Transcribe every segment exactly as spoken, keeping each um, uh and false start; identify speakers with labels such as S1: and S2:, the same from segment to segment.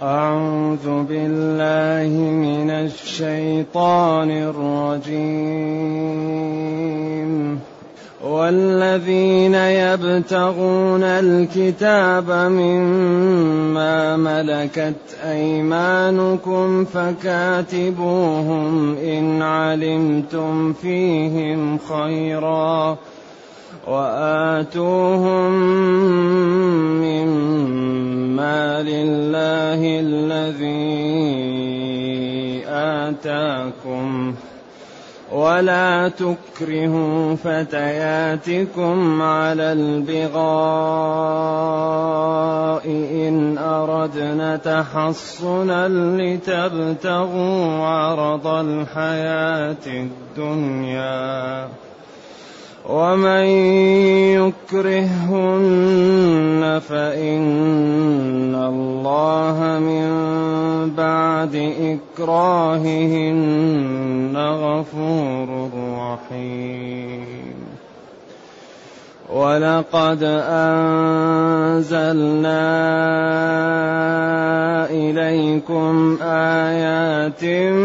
S1: أعوذ بالله من الشيطان الرجيم. والذين يبتغون الكتاب مما ملكت أيمانكم فكاتبوهم إن علمتم فيهم خيرا وآتوهم مما لله الذي آتاكم ولا تكرهوا فتياتكم على البغاء إن أردنا تحصنا لتبتغوا عرض الحياة الدنيا ومن يكرههن فإن الله من بعد إكراههن غفور رحيم. ولقد أنزلنا إليكم آيات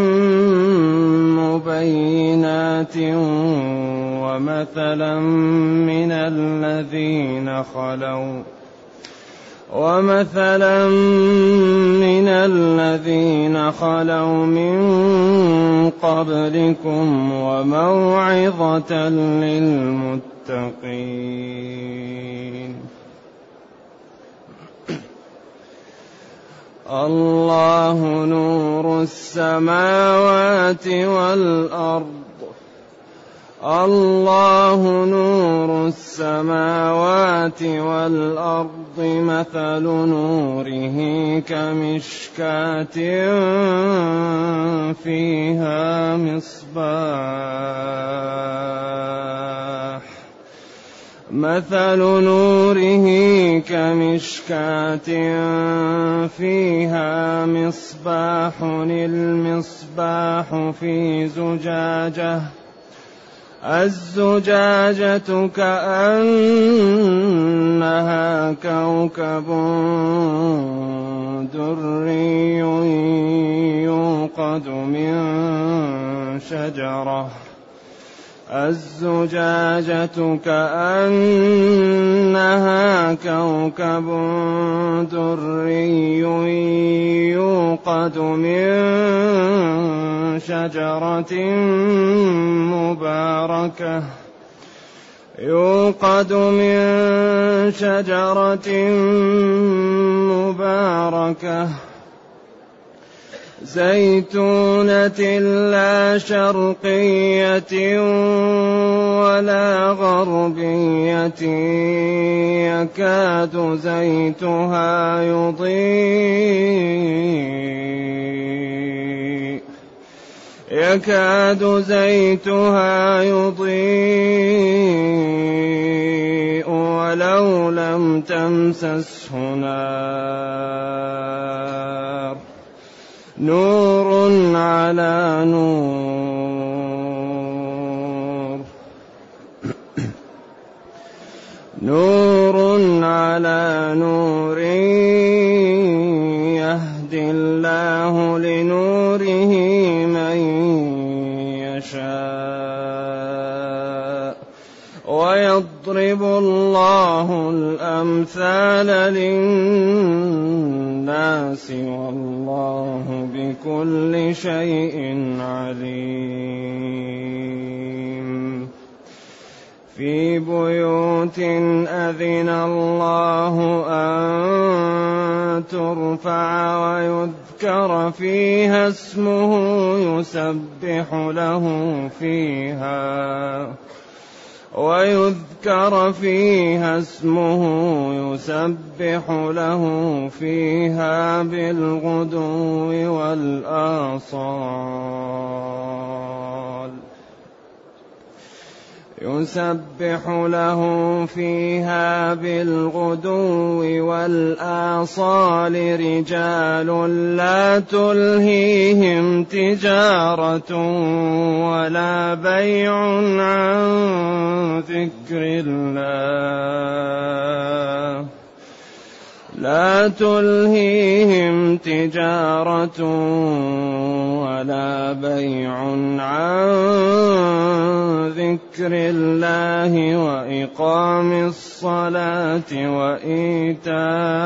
S1: مبينات ومثلا من الذين خلوا ومثلا من الذين خلوا من قبلكم وموعظة للمتقين. الله نور السماوات والأرض الله نور السماوات والأرض مثل نوره كمشكاة فيها مصباح مثل نوره كمشكاة فيها مصباح المصباح في زجاجة الزجاجة كأنها كوكب دري يوقد من شجرة الزجاجة كأنها كوكب دري يوقد من شجرة مباركة يوقد من شجرة مباركة زيتونة لا شرقية ولا غربية يكاد زيتها يضيء يكاد زيتها يضيء ولو لم تمسسه نار نور على نور نور على نور يهدي الله لنوره من يشاء ويضرب الله الأمثال للناس والله بكل شيء عليم. في بيوت أذن الله أن ترفع ويذكر فيها اسمه يسبح له فيها ويذكر فيها اسمه يسبح له فيها بالغدو والآصال يسبح له فيها بالغدو والآصال رجال لا تلهيهم تجارة ولا بيع عن ذكر الله لا تلهيهم تجارة ولا بيع عن ذكر الله وإقام الصلاة وإيتاء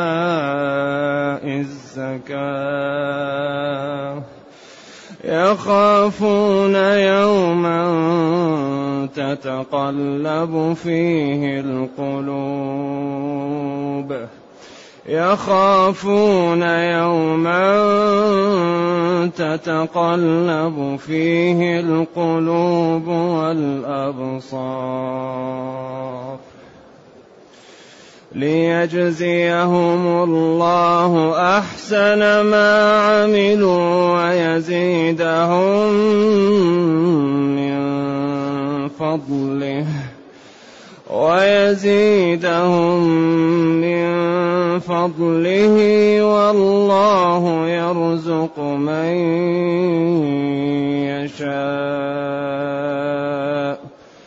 S1: الزكاة يخافون يوما تتقلب فيه القلوب يخافون يوما تتقلب فيه القلوب والأبصار ليجزيهم الله أحسن ما عملوا ويزيدهم من فضله ويزيدهم من فضله والله يرزق من يشاء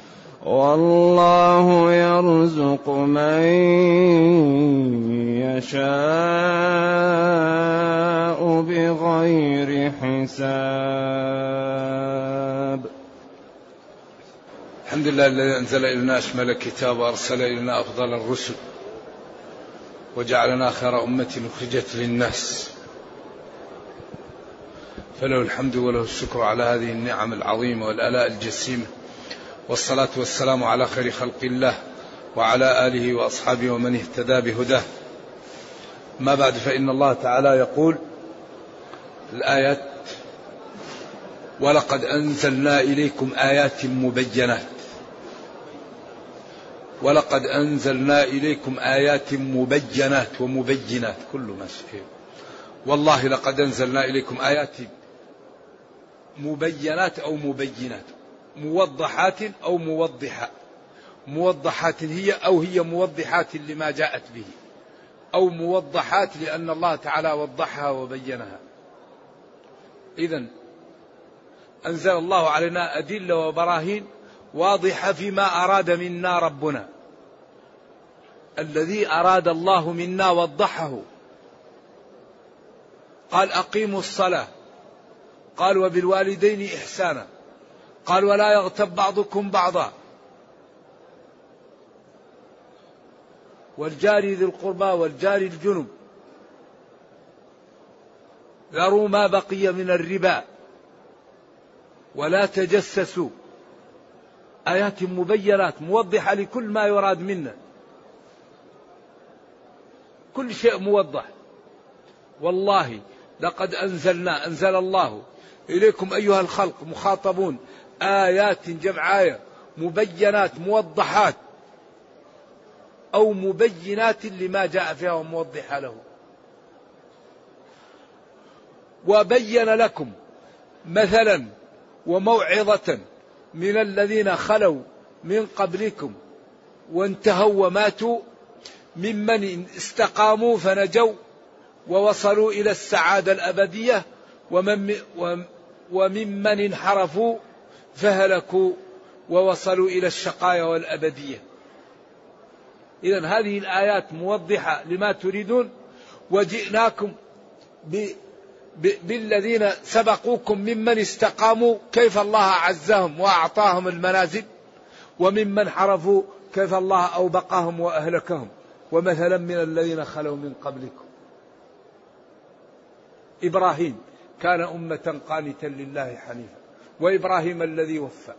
S1: والله يرزق من يشاء بغير حساب.
S2: الحمد لله الذي أنزل إلينا أشمل كتاب وأرسل إلينا أفضل الرسل وجعلنا خير أمة أخرجت للناس، فله الحمد وله الشكر على هذه النعم العظيمة والآلاء الجسيمة، والصلاة والسلام على خير خلق الله وعلى آله وأصحابه ومن اهتدى بهداه. ما بعد، فإن الله تعالى يقول الآيات: ولقد أنزلنا إليكم آيات مبينات. ولقد أنزلنا إليكم آيات مبينات ومبينات كل ما شيء. والله لقد أنزلنا إليكم آيات مبينات أو مبينات، موضحات أو موضحات. موضحات هي أو هي موضحات لما جاءت به، أو موضحات لأن الله تعالى وضحها وبينها. إذن أنزل الله علينا أدلة وبراهين واضحة فيما أراد منا ربنا. الذي أراد الله منا وضحه. قال: أقيموا الصلاة. قال: وبالوالدين إحسانا. قال: ولا يغتب بعضكم بعضا. والجار ذي القربى والجار الجنب. ذروا ما بقي من الربا ولا تجسسوا. آيات مبينات موضحة لكل ما يراد منا، كل شيء موضح. والله لقد أنزلنا أنزل الله إليكم أيها الخلق مخاطبون آيات جمع آية مبينات موضحات أو مبينات لما جاء فيها وموضحة له. وبين لكم مثلا وموعظة من الذين خلوا من قبلكم وانتهوا وماتوا ممن استقاموا فنجوا ووصلوا إلى السعادة الأبدية وممن انحرفوا فهلكوا ووصلوا إلى الشقايا والأبدية. إذن هذه الآيات موضحة لما تريدون. وجئناكم ب بالذين سبقوكم ممن استقاموا كيف الله عزهم وأعطاهم المنازل، وممن حرفوا كيف الله أوبقهم وأهلكهم. ومثلا من الذين خلوا من قبلكم. إبراهيم كان أمة قانتا لله حنيفا، وإبراهيم الذي وفى.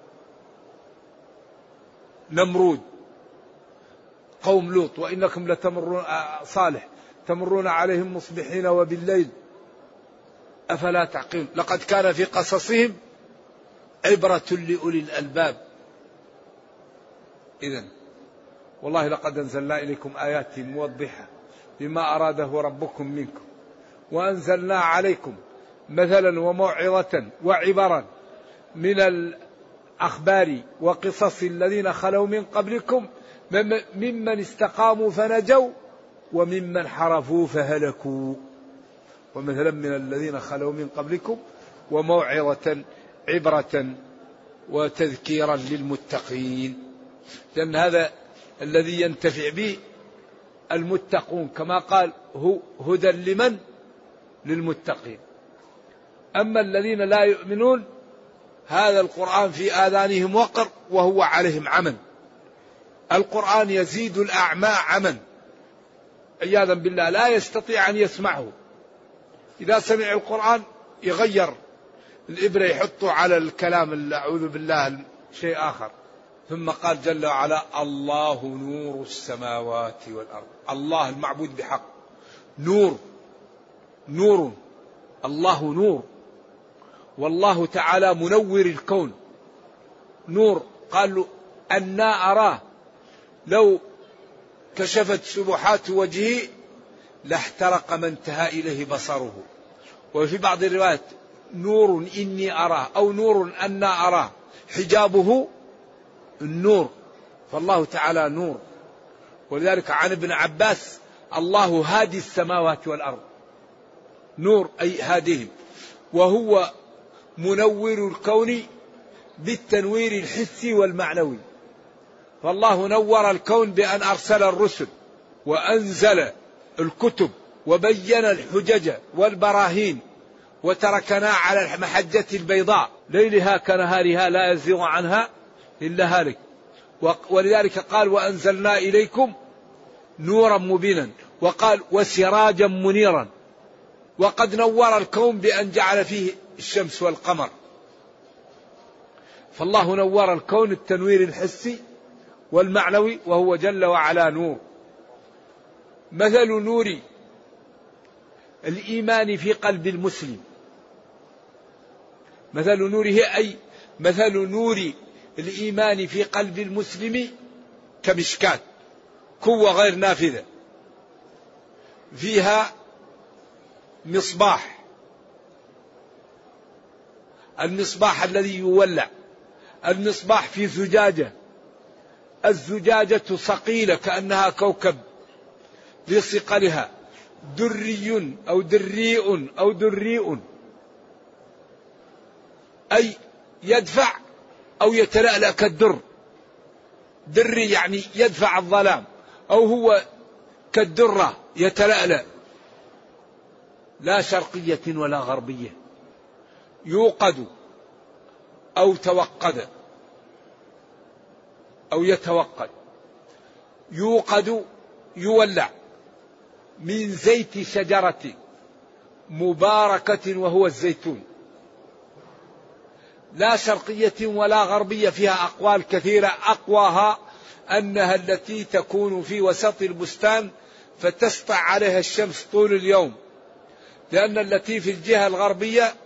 S2: نمرود، قوم لوط، وإنكم لتمرون صالح تمرون عليهم مصبحين وبالليل أفلا تعقلون. لقد كان في قصصهم عبرة لأولي الألباب. إذن والله لقد أنزلنا إليكم آيات موضحة بما أراده ربكم منكم، وأنزلنا عليكم مثلا وموعظة وعبرا من الأخبار وقصص الذين خلوا من قبلكم ممن استقاموا فنجوا وممن حرفوا فهلكوا. ومثلا من الذين خلوا من قبلكم وموعظة عبرة وتذكيرا للمتقين. لأن هذا الذي ينتفع به المتقون، كما قال هو هدى لمن؟ للمتقين. أما الذين لا يؤمنون هذا القرآن في آذانهم وقر وهو عليهم عمى. القرآن يزيد الأعمى عمى عياذا بالله، لا يستطيع أن يسمعه. إذا سمع القرآن يغير الإبرة يحطه على الكلام، أعوذ بالله، شيء آخر. ثم قال جل وعلا الله نور السماوات والأرض. الله المعبود بحق نور، نور، الله نور، والله تعالى منور الكون نور. قال له أنا أراه لو كشفت سبحات وجهه لاحترق ما انتهى إليه بصره. وفي بعض الروايات نور إني أراه أو نور أنا أراه، حجابه النور، فالله تعالى نور. ولذلك عن ابن عباس الله هادي السماوات والأرض، نور أي هاديهم، وهو منور الكون بالتنوير الحسي والمعنوي. فالله نور الكون بأن أرسل الرسل وأنزل الكتب وبين الحجج والبراهين، وتركنا على المحجة البيضاء ليلها كنهارها لا يزيغ عنها إلا هالك. ولذلك قال وأنزلنا إليكم نورا مبينا، وقال وسراجا منيرا. وقد نور الكون بأن جعل فيه الشمس والقمر. فالله نور الكون التنوير الحسي والمعنوي، وهو جل وعلا نور. مثل نور الإيمان في قلب المسلم، مثل نوره أي مثل نور الإيمان في قلب المسلم كمشكاة، قوة غير نافذة، فيها مصباح، المصباح الذي يولع، المصباح في زجاجة، الزجاجة صقيلة كأنها كوكب لصقلها، دري أو دريء أو دريء، أي يدفع أو يتلألأ كالدر. دري يعني يدفع الظلام، أو هو كالدرة يتلألأ، لا شرقية ولا غربية، يوقد أو توقد أو يتوقد. يوقد يولع من زيت شجرة مباركة وهو الزيتون، لا شرقية ولا غربية. فيها أقوال كثيرة، أقواها أنها التي تكون في وسط البستان فتسطع عليها الشمس طول اليوم، لأن التي في الجهة الغربية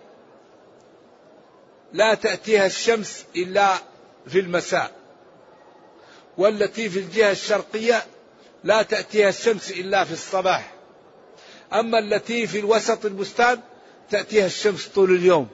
S2: لا تأتيها الشمس إلا في المساء، والتي في الجهة الشرقية لا تأتيها الشمس إلا في الصباح. أما التي في الوسط البستان تأتيها الشمس طول اليوم.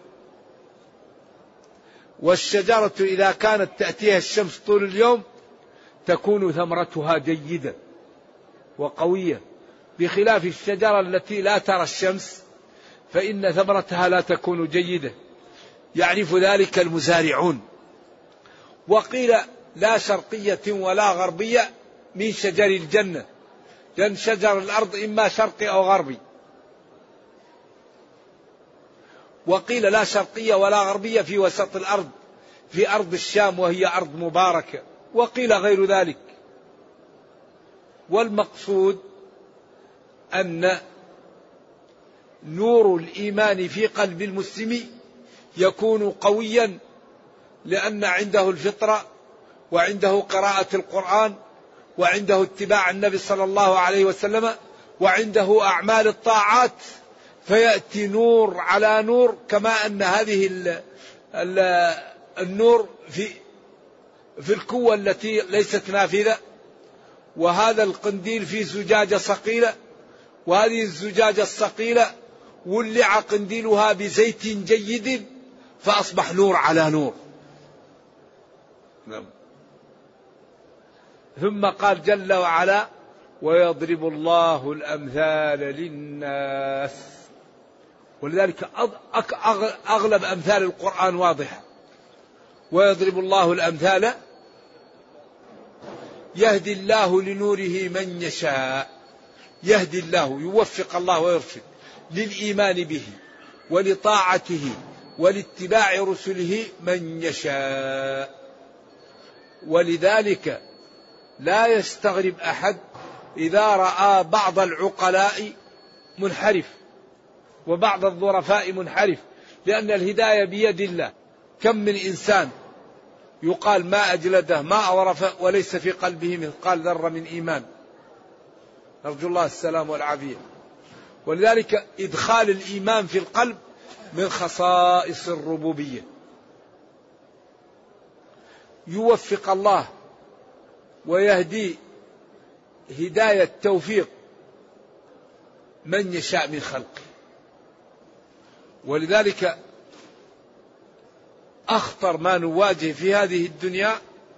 S2: والشجرة إذا كانت تأتيها الشمس طول اليوم تكون ثمرتها جيدة وقوية، بخلاف الشجرة التي لا ترى الشمس فإن ثمرتها لا تكون جيدة، يعرف ذلك المزارعون. وقيل لا شرقية ولا غربية من شجر الجنة، لأن شجر الأرض إما شرقي أو غربي. وقيل لا شرقية ولا غربية في وسط الأرض، في أرض الشام وهي أرض مباركة. وقيل غير ذلك. والمقصود أن نور الإيمان في قلب المسلم يكون قويا، لأن عنده الفطرة، وعنده قراءة القرآن، وعنده اتباع النبي صلى الله عليه وسلم، وعنده أعمال الطاعات، فيأتي نور على نور. كما أن هذه ال ال النور في في القوة التي ليست نافذة، وهذا القنديل في زجاجة صقيلة، وهذه الزجاجة الصقيلة ولع قنديلها بزيت جيد فأصبح نور على نور. نعم. ثم قال جل وعلا ويضرب الله الأمثال للناس. ولذلك أغلب أمثال القرآن واضحة. ويضرب الله الأمثال، يهدي الله لنوره من يشاء. يهدي الله يوفق الله ويرشد للإيمان به ولطاعته ولاتباع رسله من يشاء. ولذلك لا يستغرب أحد إذا رأى بعض العقلاء منحرف وبعض الظرفاء منحرف، لأن الهداية بيد الله. كم من إنسان يقال ما أجلده ما أورف وليس في قلبه مثقال ذرة من إيمان، نرجو الله السلام والعافية. ولذلك إدخال الإيمان في القلب من خصائص الربوبية. يوفق الله ويهدي هداية توفيق من يشاء من خلقه. ولذلك أخطر ما نواجه في هذه الدنيا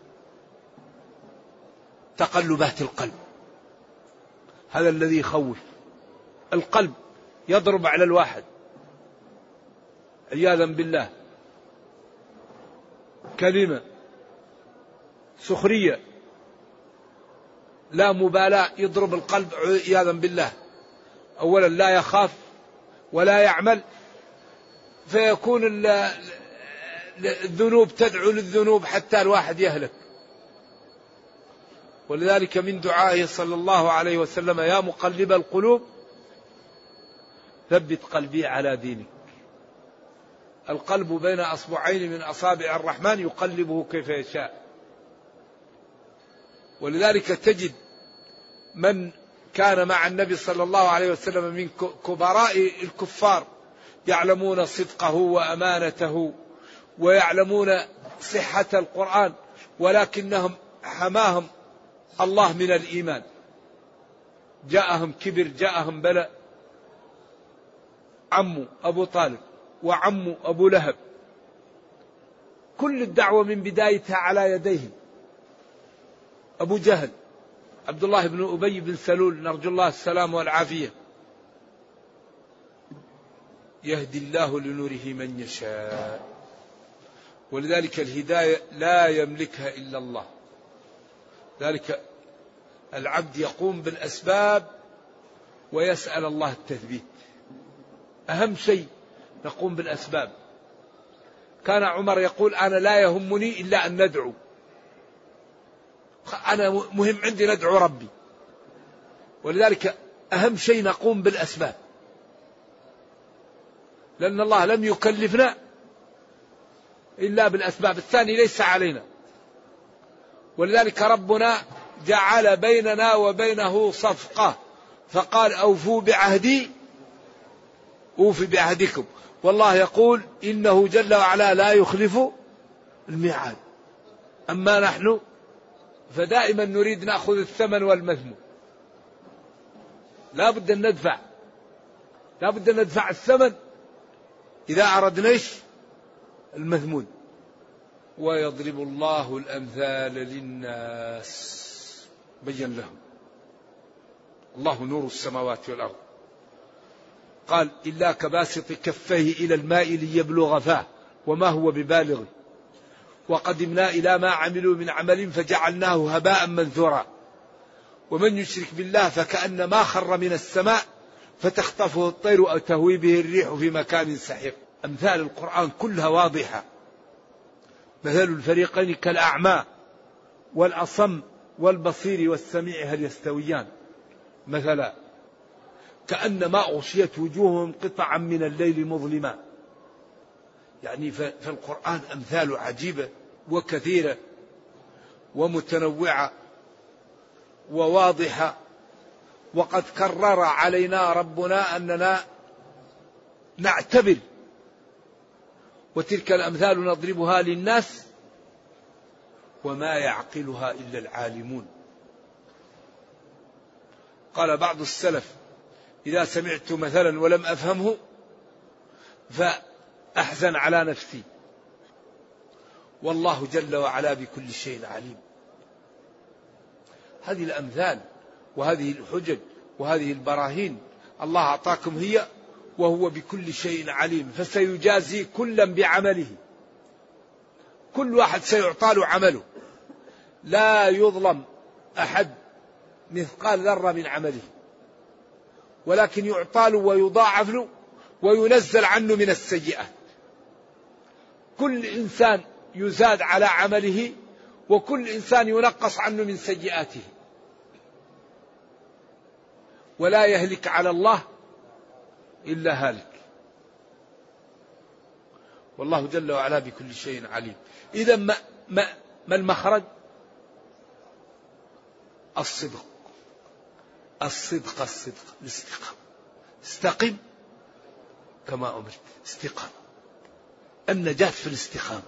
S2: تقلبات القلب، هذا الذي يخوف. القلب يضرب على الواحد عياذا بالله، كلمة سخرية لا مبالاة يضرب القلب عياذا بالله. أولا لا يخاف ولا يعمل، فيكون الذنوب تدعو للذنوب حتى الواحد يهلك. ولذلك من دعائه صلى الله عليه وسلم يا مقلب القلوب ثبت قلبي على دينك. القلب بين أصبعين من أصابع الرحمن يقلبه كيف يشاء. ولذلك تجد من كان مع النبي صلى الله عليه وسلم من كبراء الكفار يعلمون صدقه وأمانته ويعلمون صحة القرآن، ولكنهم حماهم الله من الإيمان. جاءهم كبر، جاءهم بلاء. عمه أبو طالب وعمه أبو لهب كل الدعوة من بدايتها على يديهم. أبو جهل، عبد الله بن أبي بن سلول، نرجو الله السلام والعافية. يهدي الله لنوره من يشاء. ولذلك الهداية لا يملكها إلا الله. ذلك العبد يقوم بالأسباب ويسأل الله التثبيت. أهم شيء نقوم بالأسباب. كان عمر يقول أنا لا يهمني إلا أن ندعو، أنا مهم عندي ندعو ربي. ولذلك أهم شيء نقوم بالأسباب، لأن الله لم يكلفنا إلا بالأسباب، الثاني ليس علينا. ولذلك ربنا جعل بيننا وبينه صفقة فقال أوفوا بعهدي أوفي بعهدكم. والله يقول إنه جل وعلا لا يخلف الميعاد. أما نحن فدائما نريد نأخذ الثمن والمذموم. لا بد أن ندفع، لا بد أن ندفع الثمن إذا أردناش المذموم. ويضرب الله الأمثال للناس بين لهم. الله نور السماوات والأرض. قال إلا كباسط كفيه إلى الماء ليبلغ فاه وما هو ببالغه وقدمنا إلى ما عملوا من عمل فجعلناه هباء منثورا ومن يشرك بالله فكأنما خر من السماء فتخطفه الطير أو تهوي به الريح في مكان سحيق. أمثال القرآن كلها واضحة. مثل الفريقين كالأعمى والأصم والبصير والسميع هل يستويان مثلا كأنما أغشيت وجوههم قطعا من الليل مظلما. يعني في القرآن أمثال عجيبة وكثيرة ومتنوعة وواضحة. وقد كرر علينا ربنا أننا نعتبر، وتلك الأمثال نضربها للناس وما يعقلها إلا العالمون. قال بعض السلف إذا سمعت مثلا ولم أفهمه فأحزن على نفسي والله جل وعلا بكل شيء عليم. هذه الأمثال وهذه الحجج وهذه البراهين الله أعطاكم هي وهو بكل شيء عليم. فسيجازي كلا بعمله، كل واحد سيعطى له عمله، لا يظلم أحد مثقال ذرة من عمله. ولكن يعطى له ويضاعف له وينزل عنه من السيئات. كل إنسان يزاد على عمله وكل إنسان ينقص عنه من سيئاته، ولا يهلك على الله إلا هالك. والله جل وعلا بكل شيء عليم. إذا ما, ما, ما المخرج؟ الصدق الصدق الصدق الاستقامة. استقم كما أمرت، استقام. النجاة في الاستقامة،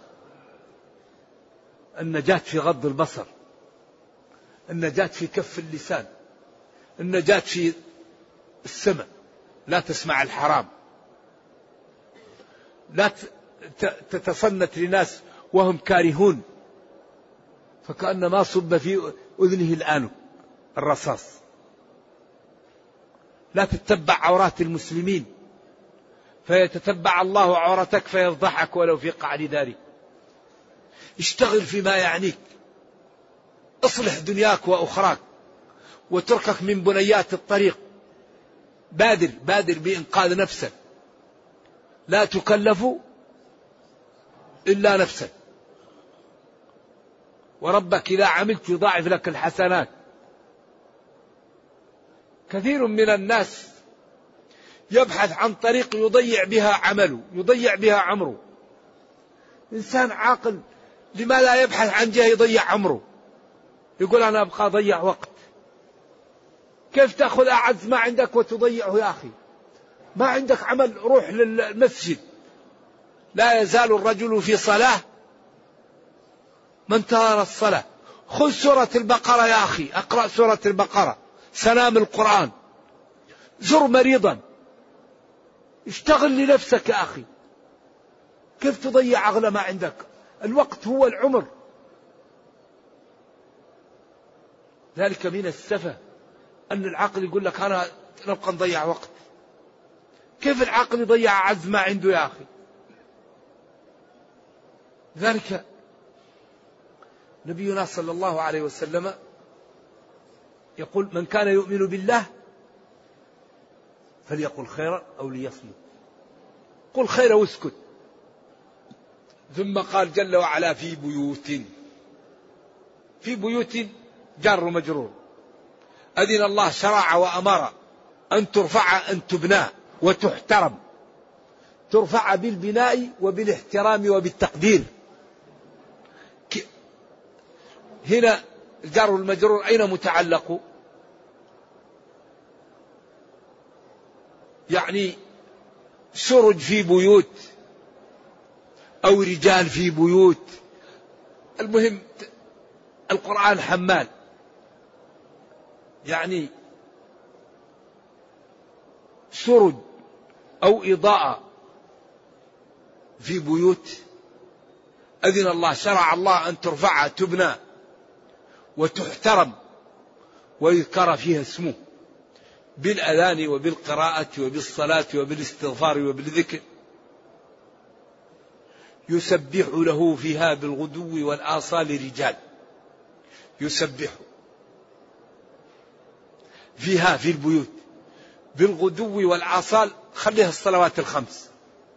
S2: النجاة في غض البصر، النجاة في كف اللسان، النجاة في السمع، لا تسمع الحرام، لا تتصنت لناس وهم كارهون فكأنما صب في أذنه الآن الرصاص، لا تتبع عورات المسلمين فيتتبع الله عورتك فيفضحك ولو في قعر دارك. اشتغل فيما يعنيك، اصلح دنياك وأخراك وتركك من بنيات الطريق. بادر بادر بإنقاذ نفسك، لا تكلف إلا نفسك، وربك إذا عملت يضاعف لك الحسنات. كثير من الناس يبحث عن طريق يضيع بها عمله، يضيع بها عمره. إنسان عاقل لما لا يبحث عن جهة يضيع عمره؟ يقول أنا أبقى أضيع وقت. كيف تأخذ أعز ما عندك وتضيعه يا أخي؟ ما عندك عمل، روح للمسجد. لا يزال الرجل في صلاة ما انتهى الصلاة. خذ سورة البقرة يا أخي، أقرأ سورة البقرة، سلام القرآن. زر مريضا، اشتغل لنفسك يا أخي. كيف تضيع أغلى ما عندك؟ الوقت هو العمر. ذلك من السفة أن العقل يقول لك أنا نبقى نضيع وقت. كيف العقل يضيع أعز ما عنده يا أخي؟ ذلك نبينا صلى الله عليه وسلم يقول من كان يؤمن بالله فليقل خيرا أو ليصمت. قل خيرا واسكت. ثم قال جل وعلا في بيوت، في بيوت جار مجرور. أذن الله شرع وأمر أن ترفع أن تبنى وتحترم. ترفع بالبناء وبالاحترام وبالتقدير. هنا الجار المجرور أين متعلق؟ يعني سرج في بيوت أو رجال في بيوت. المهم القرآن حمال، يعني سرج أو إضاءة في بيوت. أذن الله شرع الله أن ترفع تبنى وتحترم ويذكر فيها اسمه بالأذان وبالقراءة وبالصلاة وبالاستغفار وبالذكر. يسبح له فيها بالغدو والآصال رجال. يسبح فيها في البيوت بالغدو والآصال. خليها الصلوات الخمس.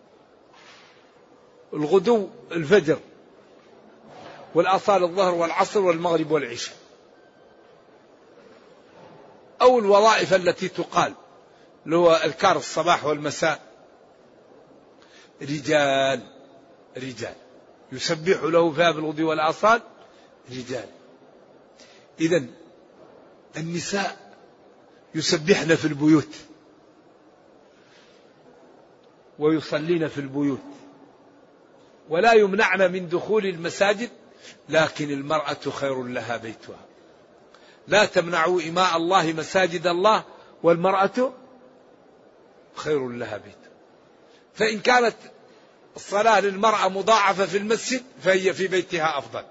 S2: الغدو الفجر، والآصال الظهر والعصر والمغرب والعشاء، أو الوظائف التي تقال اللي هو أذكار الصباح والمساء. رجال رجال يسبح له فيها بالغدو والآصال رجال. إذن النساء يسبحن في البيوت ويصلين في البيوت ولا يمنعن من دخول المساجد، لكن المرأة خير لها بيتها. لا تمنعوا إماء الله مساجد الله والمرأة خير لها بيتها. فإن كانت الصلاة للمرأة مضاعفة في المسجد فهي في بيتها أفضل،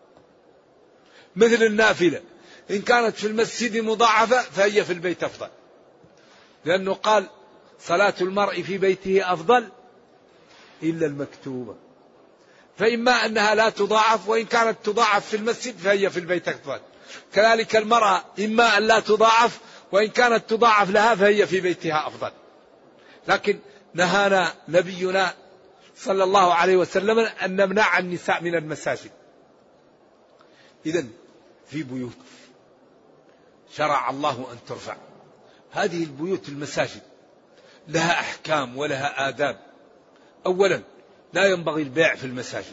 S2: مثل النافلة إن كانت في المسجد مضاعفة فهي في البيت أفضل، لأنه قال صلاة المرء في بيته أفضل إلا المكتوبة. فإما أنها لا تضاعف، وإن كانت تضاعف في المسجد فهي في البيت أفضل. كذلك المرأة إما أن لا تضاعف وإن كانت تضاعف لها فهي في بيتها أفضل. لكن نهانا نبينا صلى الله عليه وسلم أن نمنع النساء من المساجد. إذن في بيوت شرع الله أن ترفع، هذه البيوت المساجد لها أحكام ولها آداب. أولا لا ينبغي البيع في المساجد،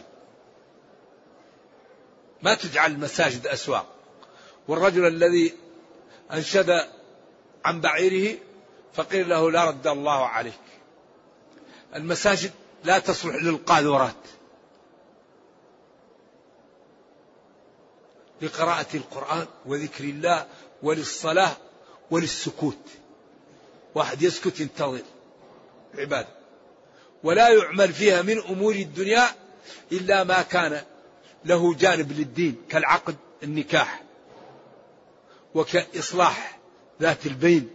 S2: ما تجعل المساجد أسواق. والرجل الذي أنشد عن بعيره فقيل له لا رد الله عليك. المساجد لا تصلح للقاذورات، لقراءة القرآن وذكر الله وللصلاة وللسكوت، واحد يسكت ينتظر عبادة. ولا يعمل فيها من أمور الدنيا إلا ما كان له جانب للدين، كالعقد النكاح، وكإصلاح ذات البين،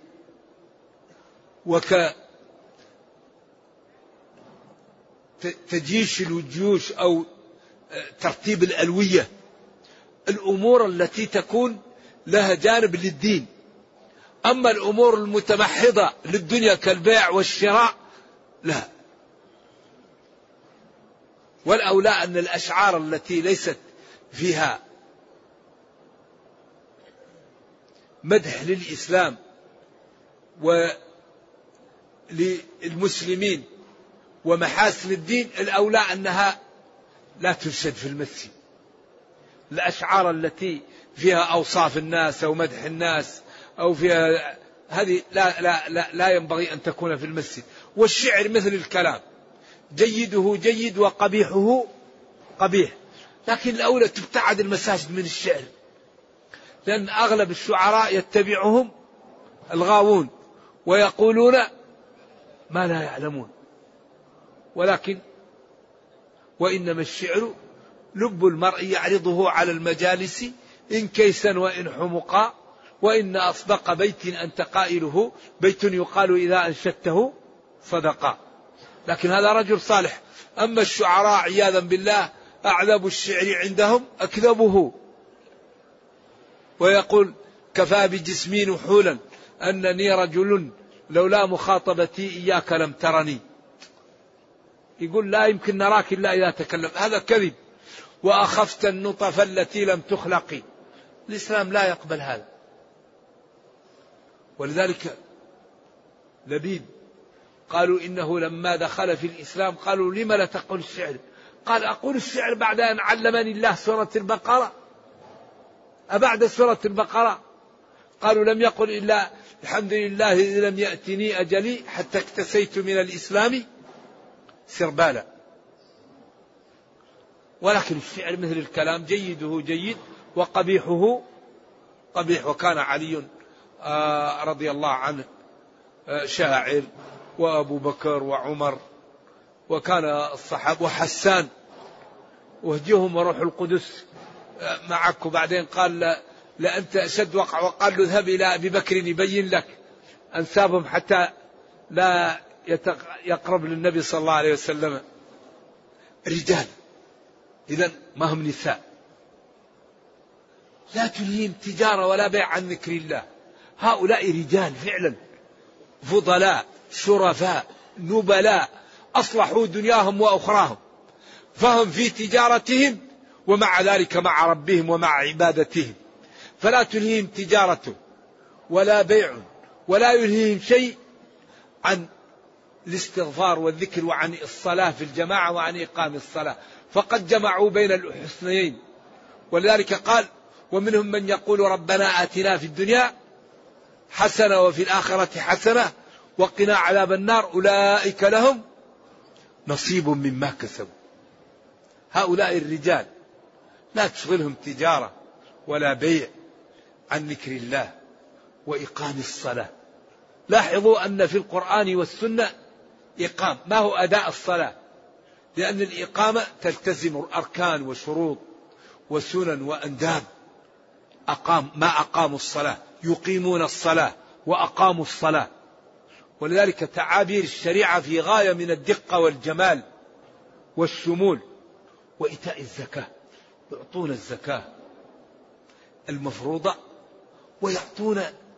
S2: وكتجيش الوجوش أو ترتيب الألوية، الأمور التي تكون لها جانب للدين. أما الأمور المتمحضة للدنيا كالبيع والشراء لا. والأولى أن الأشعار التي ليست فيها مدح للإسلام وللمسلمين ومحاسن الدين، الأولى أنها لا تنشد في المسجد. الأشعار التي فيها أوصاف الناس أو مدح الناس أو فيها هذه لا, لا, لا, لا ينبغي أن تكون في المسجد. والشعر مثل الكلام، جيده جيد وقبيحه قبيح. لكن الأولى تبتعد المساجد من الشعر، لأن أغلب الشعراء يتبعهم الغاوون ويقولون ما لا يعلمون. ولكن وإنما الشعر لب المرء يعرضه على المجالس إن كيسا وإن حمقا، وإن أصدق بيت أنت قائله بيت يقال إذا أنشدته صدقا. لكن هذا رجل صالح. أما الشعراء عياذا بالله أعذب الشعر عندهم أكذبه، ويقول كفى بجسمي نحولا أنني رجل لولا مخاطبتي إياك لم ترني. يقول لا يمكن نراك إلا إذا تكلم، هذا كذب. وأخفت النطف التي لم تخلقي، الإسلام لا يقبل هذا. ولذلك لبيد قالوا إنه لما دخل في الإسلام قالوا لما لا تقول الشعر؟ قال أقول الشعر بعد أن علمني الله سورة البقرة، أبعد سورة البقرة؟ قالوا لم يقل إلا الحمد لله إذ لم يأتني أجلي حتى اكتسيت من الإسلام سربالا. ولكن الشعر مثل الكلام، جيده جيد وقبيحه قبيح. وكان علي رضي الله عنه شاعر، وأبو بكر وعمر، وكان الصحابة وحسان، وهجهم وروح القدس معك. وبعدين قال لأنت أشد وقع، وقال له اذهب إلى أبي بكر يبين لك أنسابهم حتى لا يقرب للنبي صلى الله عليه وسلم. رجال إذن ما هم نساء. لا تلهيهم تجارة ولا بيع عن ذكر الله. هؤلاء رجال فعلا فضلاء شرفاء نبلاء، أصلحوا دنياهم وأخراهم، فهم في تجارتهم ومع ذلك مع ربهم ومع عبادتهم. فلا تلهيهم تجارة ولا بيع ولا يلهيهم شيء عن الاستغفار والذكر وعن الصلاة في الجماعة وعن إقام الصلاة، فقد جمعوا بين الحسنيين. ولذلك قال ومنهم من يقول ربنا آتنا في الدنيا حسنة وفي الآخرة حسنة وقنا عذاب النار أولئك لهم نصيب مما كسبوا. هؤلاء الرجال لا تشغلهم تجارة ولا بيع عن ذكر الله وإقام الصلاة. لاحظوا أن في القرآن والسنة إقام، ما هو أداء الصلاة، لأن الإقامة تلتزم الأركان وشروط وسنن وأنداب. أقام ما أقاموا الصلاة، يقيمون الصلاة وأقاموا الصلاة. ولذلك تعابير الشريعة في غاية من الدقة والجمال والشمول. وإيتاء الزكاة، يعطون الزكاة المفروضة ويعطون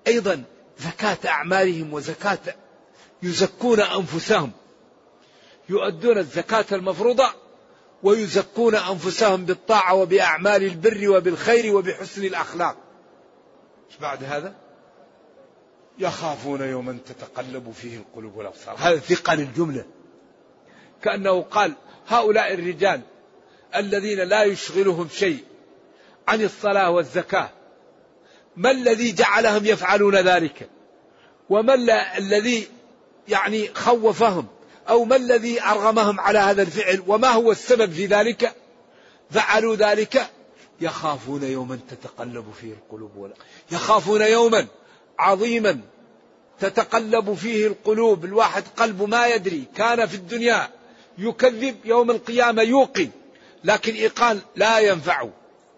S2: أيضا زكاة أعمالهم وزكاة يزكون أنفسهم، يؤدون الزكاة المفروضة ويزكون أنفسهم بالطاعة وبأعمال البر وبالخير وبحسن الأخلاق. بعد هذا يخافون يوما تتقلب فيه القلوب والأبصار. هذا ثقل الجملة، كأنه قال هؤلاء الرجال الذين لا يشغلهم شيء عن الصلاة والزكاة، ما الذي جعلهم يفعلون ذلك؟ وما الذي يعني خوفهم، أو ما الذي أرغمهم على هذا الفعل، وما هو السبب في ذلك؟ فعلوا ذلك يخافون يوما تتقلب فيه القلوب ولا يخافون يوما عظيما تتقلب فيه القلوب. الواحد قلبه ما يدري، كان في الدنيا يكذب، يوم القيامة يوقن، لكن إيقان لا ينفعه،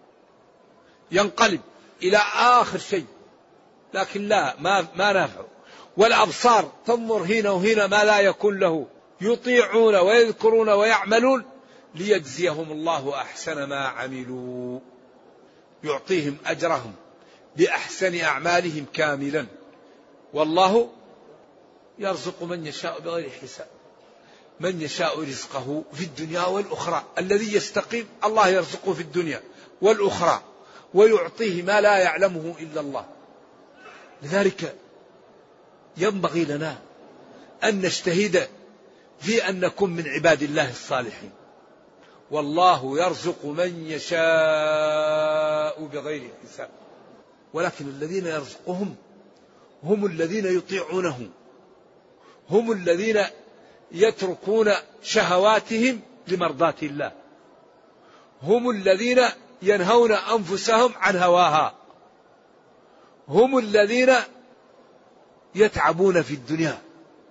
S2: ينقلب إلى آخر شيء، لكن لا ما ما نافعه. والأبصار تنظر هنا وهنا ما لا يكون له، يطيعون ويذكرون ويعملون ليجزيهم الله أحسن ما عملوا، يعطيهم أجرهم بأحسن أعمالهم كاملا. والله يرزق من يشاء بغير حساب، من يشاء رزقه في الدنيا والأخرى. الذي يستقيم الله يرزقه في الدنيا والأخرى ويعطيه ما لا يعلمه إلا الله. لذلك ينبغي لنا أن نجتهد في أن نكون من عباد الله الصالحين. والله يرزق من يشاء بغير حساب، ولكن الذين يرزقهم هم الذين يطيعونه، هم الذين يتركون شهواتهم لمرضاة الله، هم الذين ينهون أنفسهم عن هواها، هم الذين يتعبون في الدنيا،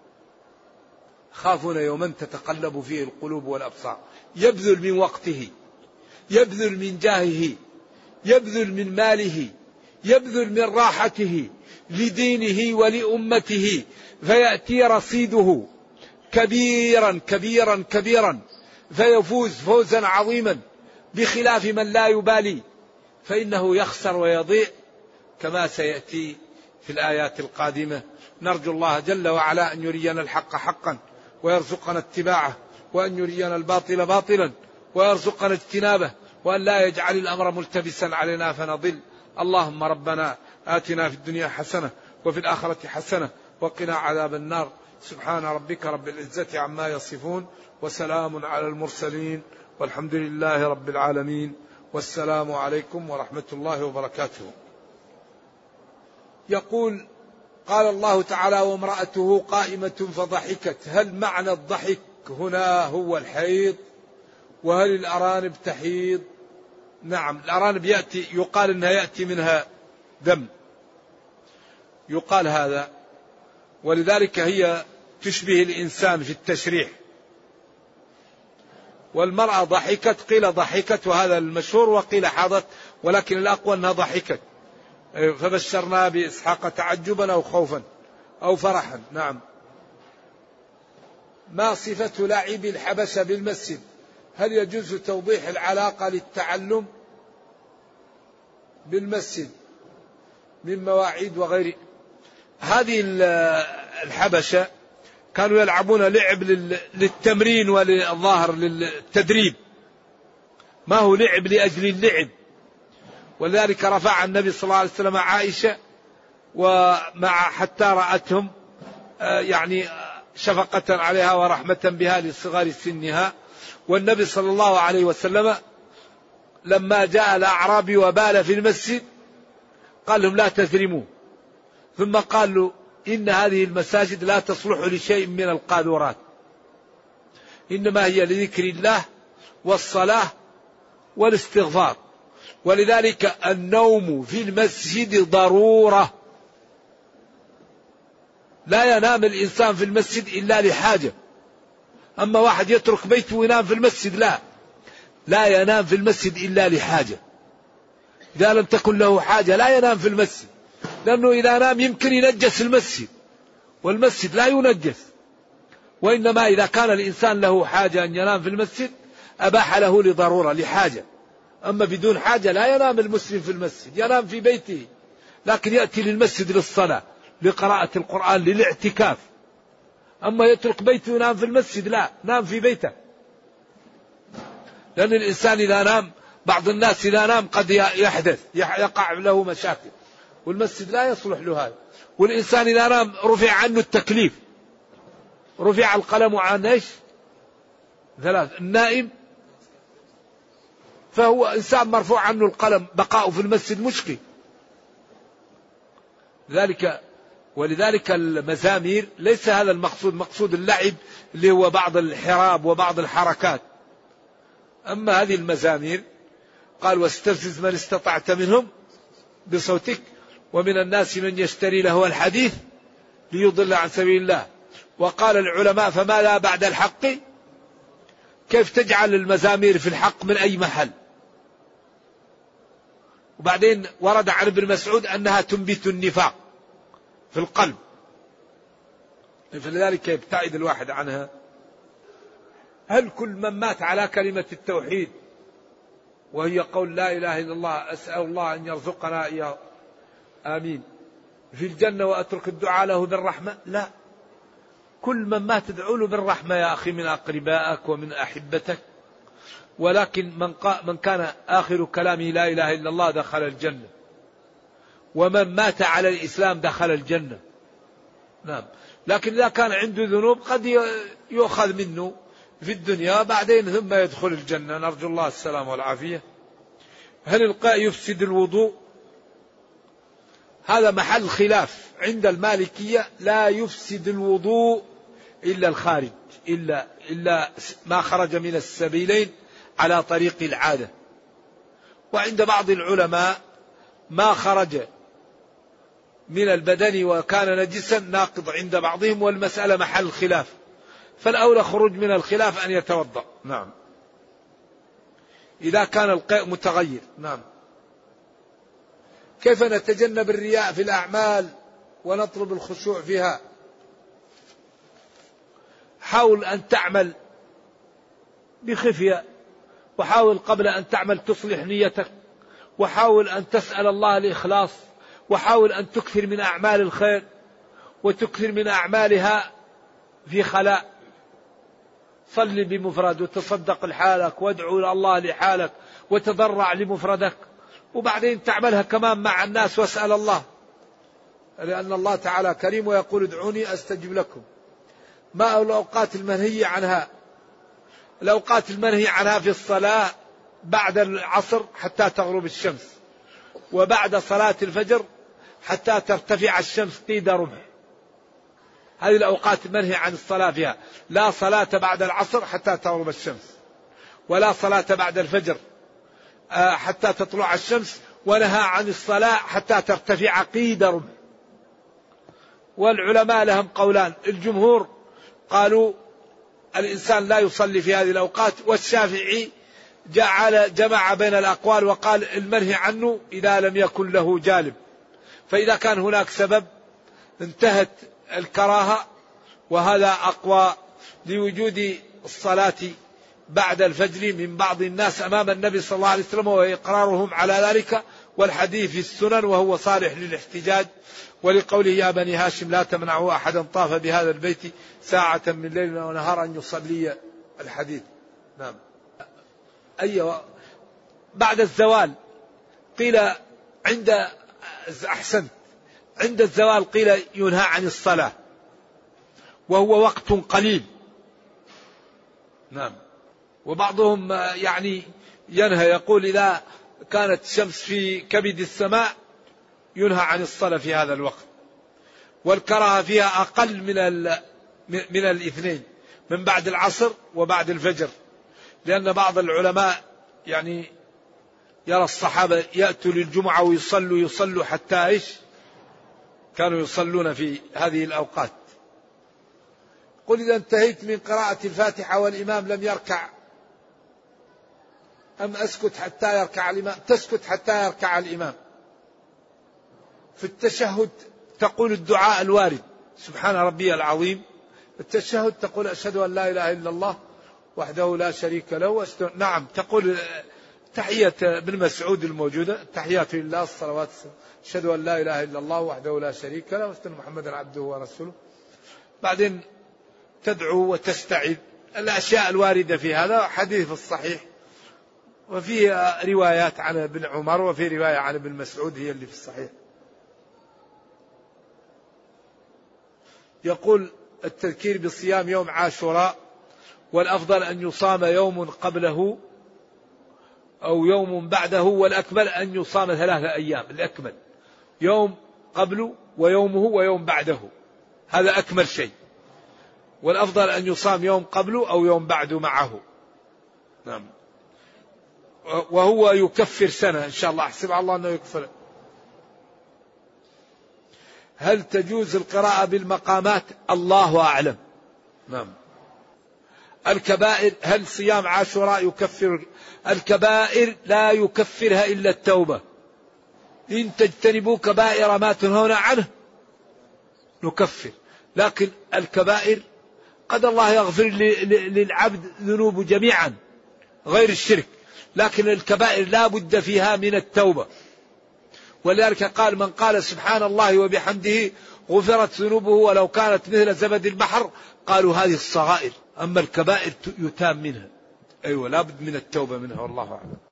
S2: خافون يوما تتقلب فيه القلوب والأبصار. يبذل من وقته، يبذل من جاهه، يبذل من ماله، يبذل من راحته لدينه ولأمته، فيأتي رصيده كبيرا كبيرا كبيرا، فيفوز فوزا عظيما، بخلاف من لا يبالي فإنه يخسر ويضيع، كما سيأتي في الآيات القادمة. نرجو الله جل وعلا أن يرينا الحق حقا ويرزقنا اتباعه، وأن يرينا الباطل باطلا ويرزقنا اجتنابه، وأن لا يجعل الأمر ملتبسا علينا فنضل. اللهم ربنا آتنا في الدنيا حسنة وفي الآخرة حسنة وقنا عذاب النار. سبحان ربك رب العزة عما يصفون، وسلام على المرسلين، والحمد لله رب العالمين، والسلام عليكم ورحمة الله وبركاته. يقول قال الله تعالى وامرأته قائمة فضحكت. هل معنى الضحك هنا هو الحيض؟ وهل الأرانب تحيض؟ نعم، الأرانب يأتي يقال أنها يأتي منها دم، يقال هذا، ولذلك هي تشبه الإنسان في التشريح. والمرأة ضحكت، قيل ضحكت وهذا المشهور، وقيل حاضت، ولكن الأقوى أنها ضحكت. فبشرنا بإسحاق تعجبا أو خوفا أو فرحا. نعم. ما صفة لعب الحبشة بالمسجد؟ هل يجوز توضيح العلاقة للتعلم بالمسجد من مواعيد وغيره؟ هذه الحبشة كانوا يلعبون لعب للتمرين وللظاهر للتدريب، ما هو لعب لأجل اللعب. ولذلك رفع النبي صلى الله عليه وسلم عائشة ومع حتى رأتهم يعني شفقة عليها ورحمة بها لصغار سنها. والنبي صلى الله عليه وسلم لما جاء الأعرابي وبال في المسجد قال لهم لا تثرموا، ثم قال له إن هذه المساجد لا تصلح لشيء من القاذورات، إنما هي لذكر الله والصلاة والاستغفار. ولذلك النوم في المسجد ضرورة، لا ينام الإنسان في المسجد إلا لحاجة. أما واحد يترك بيته وينام في المسجد، لا لا ينام في المسجد إلا لحاجة. إذا لم تكن له حاجة لا ينام في المسجد، لأنه إذا نام يمكن ينجس المسجد، والمسجد لا ينجس. وإنما إذا كان الإنسان له حاجة أن ينام في المسجد أباح له لضرورة لحاجة. أما بدون حاجة لا ينام المسلم في المسجد، ينام في بيته، لكن يأتي للمسجد للصلاة، لقراءة القرآن، للاعتكاف. أما يترك بيته ينام في المسجد، لا، نام في بيته. لأن الإنسان إذا نام، بعض الناس إذا نام قد يحدث يقع له مشاكل، والمسجد لا يصلح له هذا. والإنسان إذا نام رفع عنه التكليف، رفع القلم عن ايش؟ ثلاث: النائم فهو إنسان مرفوع عنه القلم، بقاؤه في المسجد مشكل. ذلك ولذلك المزامير ليس هذا المقصود، مقصود اللعب اللي هو بعض الحراب وبعض الحركات. أما هذه المزامير قال: واستفزز من استطعت منهم بصوتك ومن الناس من يشتري لهو الحديث ليضل عن سبيل الله. وقال العلماء: فما لا بعد الحق؟ كيف تجعل المزامير في الحق من أي محل؟ وبعدين ورد عن ابن مسعود أنها تنبت النفاق في القلب، فلذلك يبتعد الواحد عنها. هل كل من مات على كلمة التوحيد وهي قول لا إله إلا الله أسأل الله أن يرزقنا إياه آمين في الجنة وأترك الدعاء له بالرحمة؟ لا، كل من مات تدعو له بالرحمة يا أخي من أقربائك ومن أحبتك. ولكن من, من كان آخر كلامه لا إله إلا الله دخل الجنة، ومن مات على الإسلام دخل الجنة. نعم. لكن إذا كان عنده ذنوب قد يؤخذ منه في الدنيا بعدين ثم يدخل الجنة، نرجو الله السلام والعافية. هل القاء يفسد الوضوء؟ هذا محل خلاف عند المالكية، لا يفسد الوضوء إلا الخارج، إلا, إلا ما خرج من السبيلين على طريق العادة. وعند بعض العلماء ما خرج من البدن وكان نجسا ناقض عند بعضهم، والمسألة محل خلاف، فالأولى خروج من الخلاف أن يتوضأ. نعم، إذا كان القيء متغير. نعم. كيف نتجنب الرياء في الأعمال ونطلب الخشوع فيها؟ حاول أن تعمل بخفية، وحاول قبل أن تعمل تصلح نيتك، وحاول أن تسأل الله الإخلاص، وحاول أن تكثر من أعمال الخير وتكثر من أعمالها في خلاء. صل بمفرد وتصدق لحالك وادعو إلى الله لحالك وتضرع لمفردك، وبعدين تعملها كمان مع الناس واسأل الله، لأن الله تعالى كريم ويقول: ادعوني أستجب لكم. ما الأوقات المنهي عنها؟ الأوقات المنهي عنها في الصلاة بعد العصر حتى تغرب الشمس، وبعد صلاة الفجر حتى ترتفع الشمس قيد رمح. هذه الأوقات المنهي عن الصلاة فيها. لا صلاة بعد العصر حتى تغرب الشمس، ولا صلاة بعد الفجر حتى تطلع الشمس، ونهى عن الصلاة حتى ترتفع قيد رمح. والعلماء لهم قولان: الجمهور قالوا الإنسان لا يصلي في هذه الأوقات، والشافعي جعل جمع بين الأقوال وقال المنهي عنه إذا لم يكن له جالب، فإذا كان هناك سبب انتهت الكراهة، وهذا أقوى لوجود الصلاة بعد الفجر من بعض الناس أمام النبي صلى الله عليه وسلم وإقرارهم على ذلك، والحديث في السنن وهو صالح للاحتجاج، ولقوله: يا بني هاشم لا تمنعوا أحدا طاف بهذا البيت ساعة من ليل ونهار أن يصلي الحديث. نعم. أيوة. بعد الزوال قيل عند أحسنت عند الزوال قيل ينهى عن الصلاة، وهو وقت قليل. نعم. وبعضهم يعني ينهى، يقول إذا كانت الشمس في كبد السماء ينهى عن الصلاة في هذا الوقت، والكراهة فيها أقل من من الاثنين، من بعد العصر وبعد الفجر، لأن بعض العلماء يعني يرى الصحابة يأتوا للجمعة ويصلوا يصلوا حتى إيش كانوا يصلون في هذه الأوقات. قل إذا انتهيت من قراءة الفاتحة والإمام لم يركع أم أسكت حتى يركع الإمام؟ تسكت حتى يركع الإمام. في التشهد تقول الدعاء الوارد: سبحان ربي العظيم. التشهد تقول: أشهد أن لا إله إلا الله وحده لا شريك له. نعم، تقول تحية ابن مسعود الموجودة: تحيات لله الصلوات أشهد أن لا إله إلا الله وحده لا شريك له وأشهد أن محمدا عبده ورسوله. بعدين تدعو وتستعذ. الأشياء الواردة في هذا حديث في الصحيح، وفي روايات عن ابن عمر وفي رواية عن ابن مسعود هي اللي في الصحيح. يقول: التذكير بصيام يوم عاشوراء، والأفضل أن يصام يوم قبله أو يوم بعده، والأكمل أن يصام ثلاثة أيام. الأكمل يوم قبله ويومه ويوم بعده، هذا أكمل شيء. والأفضل أن يصام يوم قبله أو يوم بعده معه. نعم. وهو يكفر سنة إن شاء الله، أحسب على الله أنه يكفر. هل تجوز القراءة بالمقامات؟ الله أعلم. نعم. الكبائر، هل صيام عاشوراء يكفر؟ الكبائر لا يكفرها إلا التوبة. إن تجتنبوا كبائر ما تنهون عنه نكفر. لكن الكبائر قد الله يغفر للعبد ذنوب جميعا غير الشرك، لكن الكبائر لا بد فيها من التوبة. ولذلك قال: من قال سبحان الله وبحمده غفرت ذنوبه ولو كانت مثل زبد البحر. قالوا هذه الصغائر، أما الكبائر يتام منها. أيوة، لا بد من التوبة منها، والله أعلم.